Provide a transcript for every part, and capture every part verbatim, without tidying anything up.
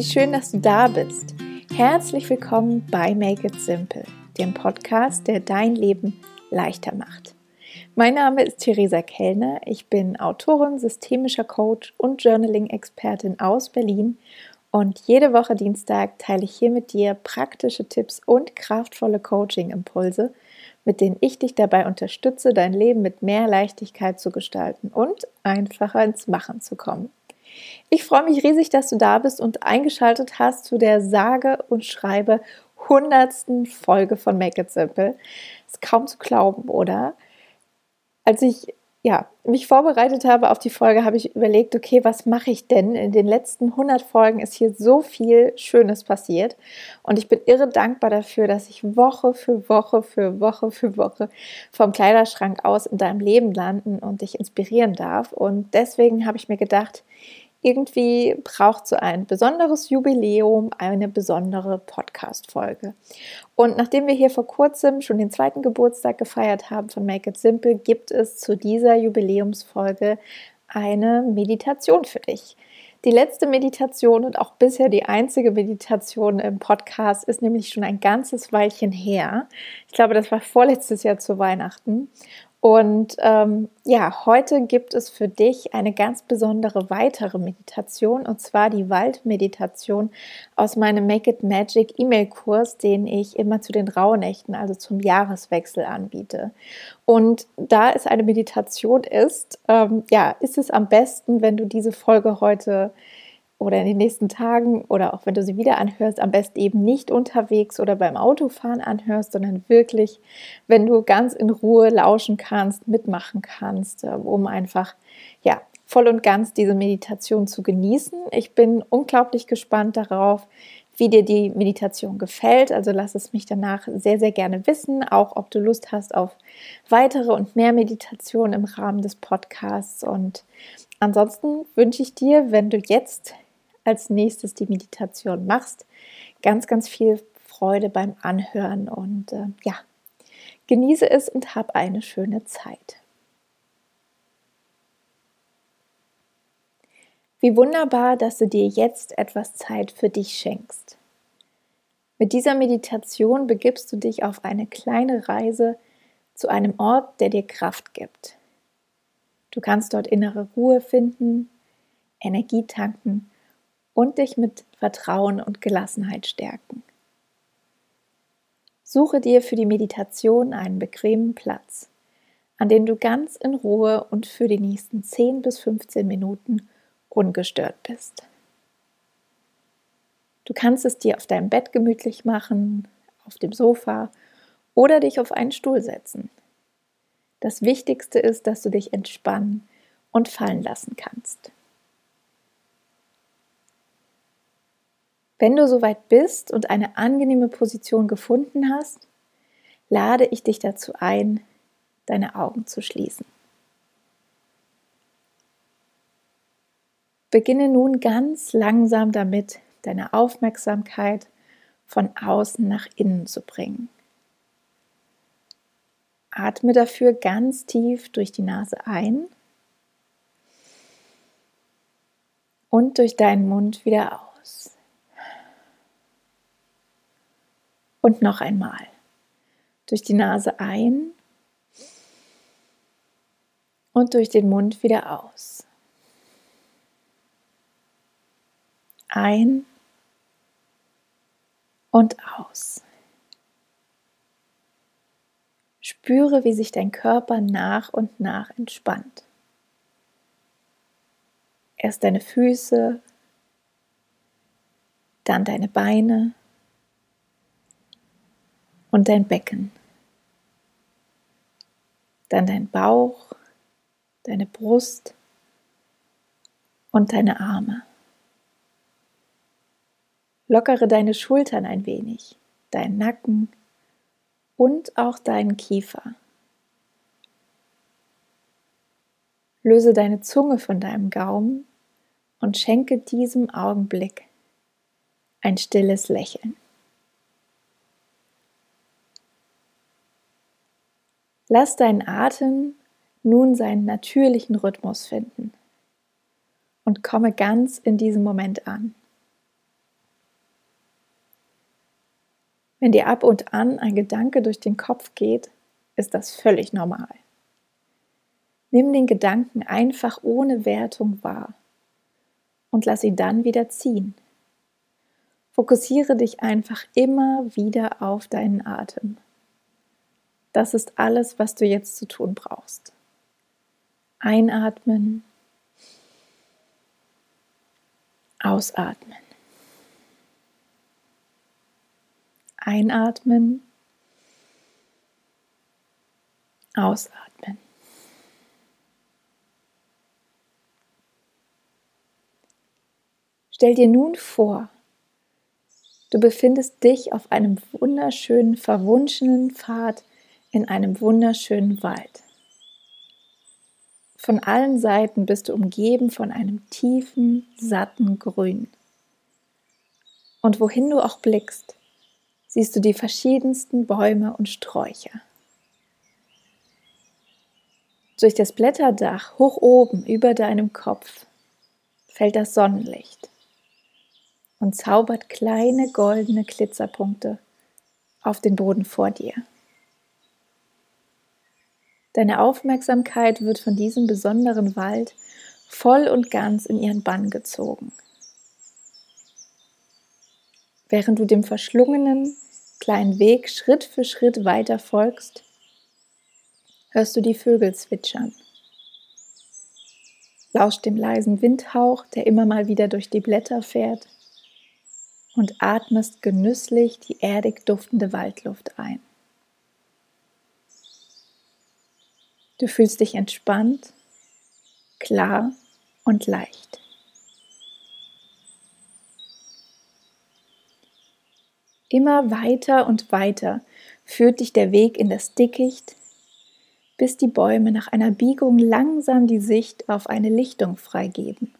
schön, dass du da bist. Herzlich willkommen bei Make It Simple, dem Podcast, der dein Leben leichter macht. Mein Name ist Theresa Kellner, ich bin Autorin, systemischer Coach und Journaling-Expertin aus Berlin und jede Woche Dienstag teile ich hier mit dir praktische Tipps und kraftvolle Coaching-Impulse, mit denen ich dich dabei unterstütze, dein Leben mit mehr Leichtigkeit zu gestalten und einfacher ins Machen zu kommen. Ich freue mich riesig, dass du da bist und eingeschaltet hast zu der sage und schreibe hundertsten Folge von Make It Simple. Ist kaum zu glauben, oder? Als ich ja, mich vorbereitet habe auf die Folge, habe ich überlegt, okay, was mache ich denn? In den letzten hundert Folgen ist hier so viel Schönes passiert und ich bin irre dankbar dafür, dass ich Woche für Woche für Woche für Woche vom Kleiderschrank aus in deinem Leben landen und dich inspirieren darf. Und deswegen habe ich mir gedacht, irgendwie braucht so ein besonderes Jubiläum eine besondere Podcast-Folge. Und nachdem wir hier vor kurzem schon den zweiten Geburtstag gefeiert haben von Make It Simple, gibt es zu dieser Jubiläumsfolge eine Meditation für dich. Die letzte Meditation und auch bisher die einzige Meditation im Podcast ist nämlich schon ein ganzes Weilchen her. Ich glaube, das war vorletztes Jahr zu Weihnachten. Und ähm, ja, heute gibt es für dich eine ganz besondere weitere Meditation, und zwar die Waldmeditation aus meinem Make It Magic E-Mail-Kurs, den ich immer zu den Rauhnächten, also zum Jahreswechsel anbiete. Und da es eine Meditation ist, ähm, ja, ist es am besten, wenn du diese Folge heute oder in den nächsten Tagen oder auch wenn du sie wieder anhörst, am besten eben nicht unterwegs oder beim Autofahren anhörst, sondern wirklich, wenn du ganz in Ruhe lauschen kannst, mitmachen kannst, um einfach, ja, voll und ganz diese Meditation zu genießen. Ich bin unglaublich gespannt darauf, wie dir die Meditation gefällt. Also lass es mich danach sehr, sehr gerne wissen, auch ob du Lust hast auf weitere und mehr Meditationen im Rahmen des Podcasts. Und ansonsten wünsche ich dir, wenn du jetzt als nächstes die Meditation machst, ganz, ganz viel Freude beim Anhören und äh, ja, genieße es und hab eine schöne Zeit. Wie wunderbar, dass du dir jetzt etwas Zeit für dich schenkst. Mit dieser Meditation begibst du dich auf eine kleine Reise zu einem Ort, der dir Kraft gibt. Du kannst dort innere Ruhe finden, Energie tanken und dich mit Vertrauen und Gelassenheit stärken. Suche dir für die Meditation einen bequemen Platz, an dem du ganz in Ruhe und für die nächsten zehn bis fünfzehn Minuten ungestört bist. Du kannst es dir auf deinem Bett gemütlich machen, auf dem Sofa oder dich auf einen Stuhl setzen. Das Wichtigste ist, dass du dich entspannen und fallen lassen kannst. Wenn du soweit bist und eine angenehme Position gefunden hast, lade ich dich dazu ein, deine Augen zu schließen. Beginne nun ganz langsam damit, deine Aufmerksamkeit von außen nach innen zu bringen. Atme dafür ganz tief durch die Nase ein und durch deinen Mund wieder aus. Und noch einmal. Durch die Nase ein und durch den Mund wieder aus. Ein und aus. Spüre, wie sich dein Körper nach und nach entspannt. Erst deine Füße, dann deine Beine und dein Becken. Dann dein Bauch, deine Brust und deine Arme. Lockere deine Schultern ein wenig, deinen Nacken und auch deinen Kiefer. Löse deine Zunge von deinem Gaumen und schenke diesem Augenblick ein stilles Lächeln. Lass deinen Atem nun seinen natürlichen Rhythmus finden und komme ganz in diesem Moment an. Wenn dir ab und an ein Gedanke durch den Kopf geht, ist das völlig normal. Nimm den Gedanken einfach ohne Wertung wahr und lass ihn dann wieder ziehen. Fokussiere dich einfach immer wieder auf deinen Atem. Das ist alles, was du jetzt zu tun brauchst. Einatmen, ausatmen. Einatmen, ausatmen. Stell dir nun vor, du befindest dich auf einem wunderschönen, verwunschenen Pfad in einem wunderschönen Wald. Von allen Seiten bist du umgeben von einem tiefen, satten Grün. Und wohin du auch blickst, siehst du die verschiedensten Bäume und Sträucher. Durch das Blätterdach hoch oben über deinem Kopf fällt das Sonnenlicht und zaubert kleine goldene Glitzerpunkte auf den Boden vor dir. Deine Aufmerksamkeit wird von diesem besonderen Wald voll und ganz in ihren Bann gezogen. Während du dem verschlungenen kleinen Weg Schritt für Schritt weiter folgst, hörst du die Vögel zwitschern. Lauscht dem leisen Windhauch, der immer mal wieder durch die Blätter fährt, und atmest genüsslich die erdig duftende Waldluft ein. Du fühlst dich entspannt, klar und leicht. Immer weiter und weiter führt dich der Weg in das Dickicht, bis die Bäume nach einer Biegung langsam die Sicht auf eine Lichtung freigeben.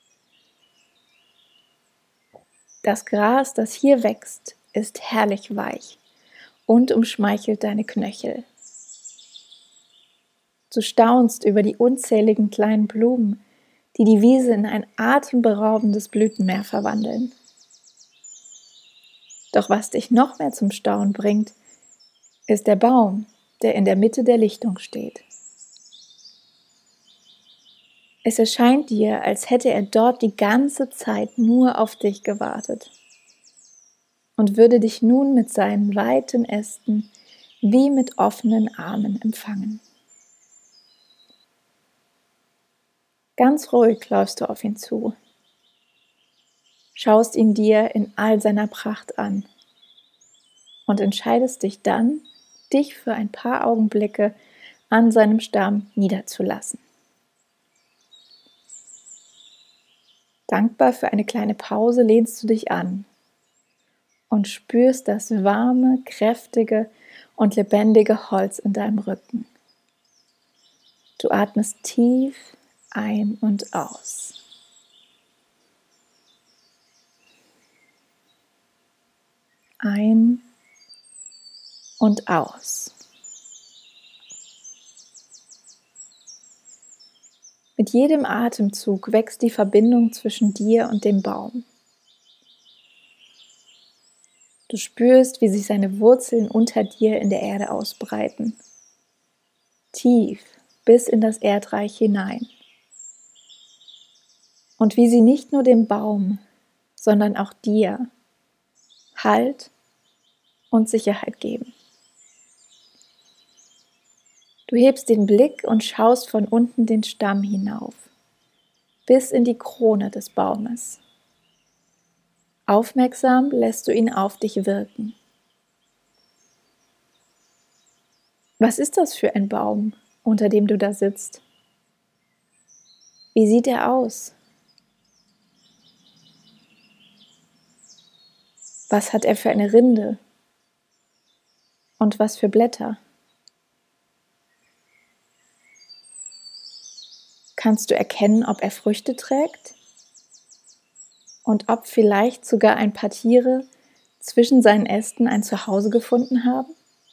Das Gras, das hier wächst, ist herrlich weich und umschmeichelt deine Knöchel. Du staunst über die unzähligen kleinen Blumen, die die Wiese in ein atemberaubendes Blütenmeer verwandeln. Doch was dich noch mehr zum Staunen bringt, ist der Baum, der in der Mitte der Lichtung steht. Es erscheint dir, als hätte er dort die ganze Zeit nur auf dich gewartet und würde dich nun mit seinen weiten Ästen wie mit offenen Armen empfangen. Ganz ruhig läufst du auf ihn zu, schaust ihn dir in all seiner Pracht an und entscheidest dich dann, dich für ein paar Augenblicke an seinem Stamm niederzulassen. Dankbar für eine kleine Pause lehnst du dich an und spürst das warme, kräftige und lebendige Holz in deinem Rücken. Du atmest tief ein und aus. Ein und aus. Mit jedem Atemzug wächst die Verbindung zwischen dir und dem Baum. Du spürst, wie sich seine Wurzeln unter dir in der Erde ausbreiten, tief bis in das Erdreich hinein. Und wie sie nicht nur dem Baum, sondern auch dir Halt und Sicherheit geben. Du hebst den Blick und schaust von unten den Stamm hinauf, bis in die Krone des Baumes. Aufmerksam lässt du ihn auf dich wirken. Was ist das für ein Baum, unter dem du da sitzt? Wie sieht er aus? Was hat er für eine Rinde? Und was für Blätter? Kannst du erkennen, ob er Früchte trägt? Und ob vielleicht sogar ein paar Tiere zwischen seinen Ästen ein Zuhause gefunden haben?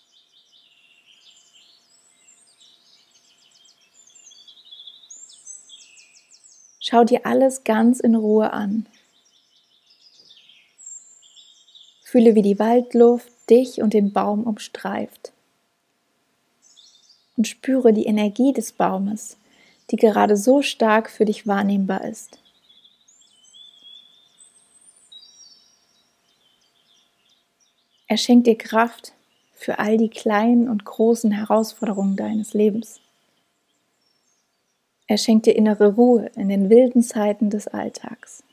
Schau dir alles ganz in Ruhe an. Fühle, wie die Waldluft dich und den Baum umstreift. Und spüre die Energie des Baumes, die gerade so stark für dich wahrnehmbar ist. Er schenkt dir Kraft für all die kleinen und großen Herausforderungen deines Lebens. Er schenkt dir innere Ruhe in den wilden Zeiten des Alltags.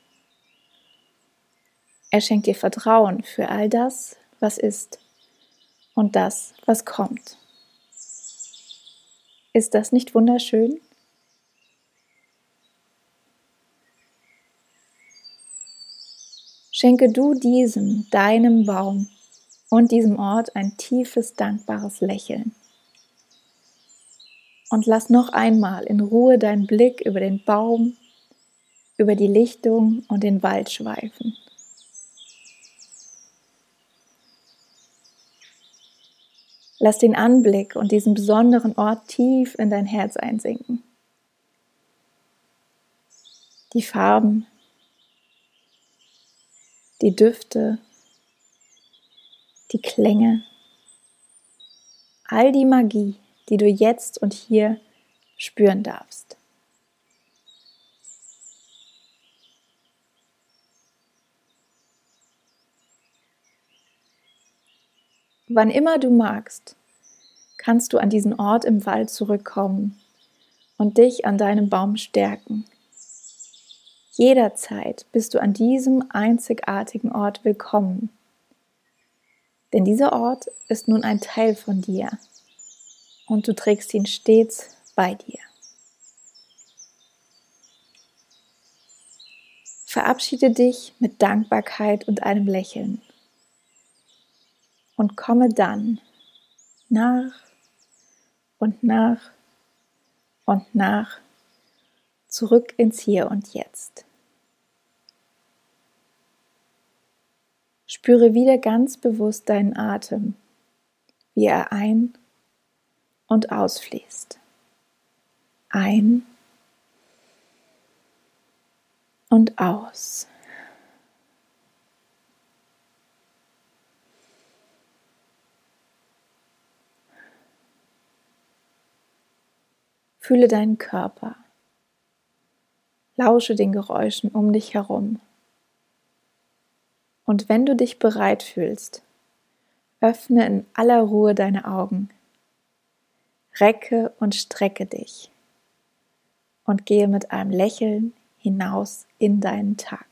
Er schenkt dir Vertrauen für all das, was ist und das, was kommt. Ist das nicht wunderschön? Schenke du diesem, deinem Baum und diesem Ort ein tiefes, dankbares Lächeln. Und lass noch einmal in Ruhe deinen Blick über den Baum, über die Lichtung und den Wald schweifen. Lass den Anblick und diesen besonderen Ort tief in dein Herz einsinken. Die Farben, die Düfte, die Klänge, all die Magie, die du jetzt und hier spüren darfst. Wann immer du magst, kannst du an diesen Ort im Wald zurückkommen und dich an deinem Baum stärken. Jederzeit bist du an diesem einzigartigen Ort willkommen. Denn dieser Ort ist nun ein Teil von dir und du trägst ihn stets bei dir. Verabschiede dich mit Dankbarkeit und einem Lächeln und komme dann nach und nach und nach zurück ins Hier und Jetzt. Spüre wieder ganz bewusst deinen Atem, wie er ein- und ausfließt. Ein und aus. Fühle deinen Körper. Lausche den Geräuschen um dich herum. Und wenn du dich bereit fühlst, öffne in aller Ruhe deine Augen. Recke und strecke dich und gehe mit einem Lächeln hinaus in deinen Tag.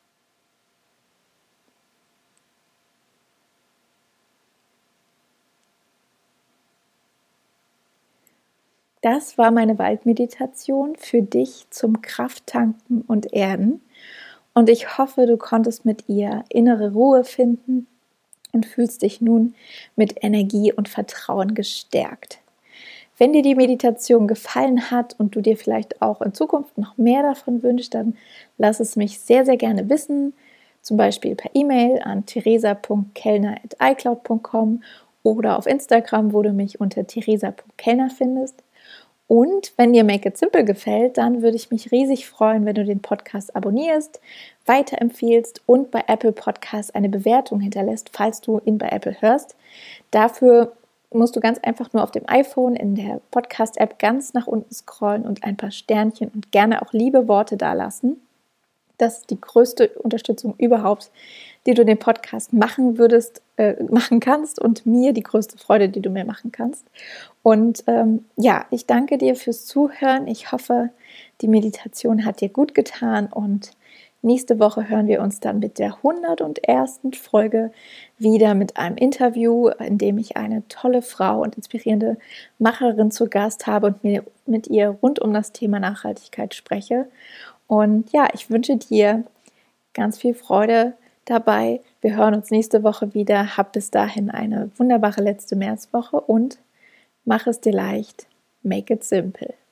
Das war meine Waldmeditation für dich zum Krafttanken und Erden. Und ich hoffe, du konntest mit ihr innere Ruhe finden und fühlst dich nun mit Energie und Vertrauen gestärkt. Wenn dir die Meditation gefallen hat und du dir vielleicht auch in Zukunft noch mehr davon wünschst, dann lass es mich sehr, sehr gerne wissen. Zum Beispiel per E-Mail an theresa punkt kellner at i cloud punkt com oder auf Instagram, wo du mich unter theresa punkt kellner findest. Und wenn dir Make It Simple gefällt, dann würde ich mich riesig freuen, wenn du den Podcast abonnierst, weiterempfiehlst und bei Apple Podcasts eine Bewertung hinterlässt, falls du ihn bei Apple hörst. Dafür musst du ganz einfach nur auf dem iPhone in der Podcast-App ganz nach unten scrollen und ein paar Sternchen und gerne auch liebe Worte dalassen. Das ist die größte Unterstützung überhaupt, die du den Podcast machen würdest, äh, machen kannst und mir die größte Freude, die du mir machen kannst. Und ähm, ja, ich danke dir fürs Zuhören. Ich hoffe, die Meditation hat dir gut getan und nächste Woche hören wir uns dann mit der hundertersten Folge wieder mit einem Interview, in dem ich eine tolle Frau und inspirierende Macherin zu Gast habe und mir mit ihr rund um das Thema Nachhaltigkeit spreche. Und ja, ich wünsche dir ganz viel Freude dabei. Wir hören uns nächste Woche wieder. Hab bis dahin eine wunderbare letzte Märzwoche und mach es dir leicht. Make it simple.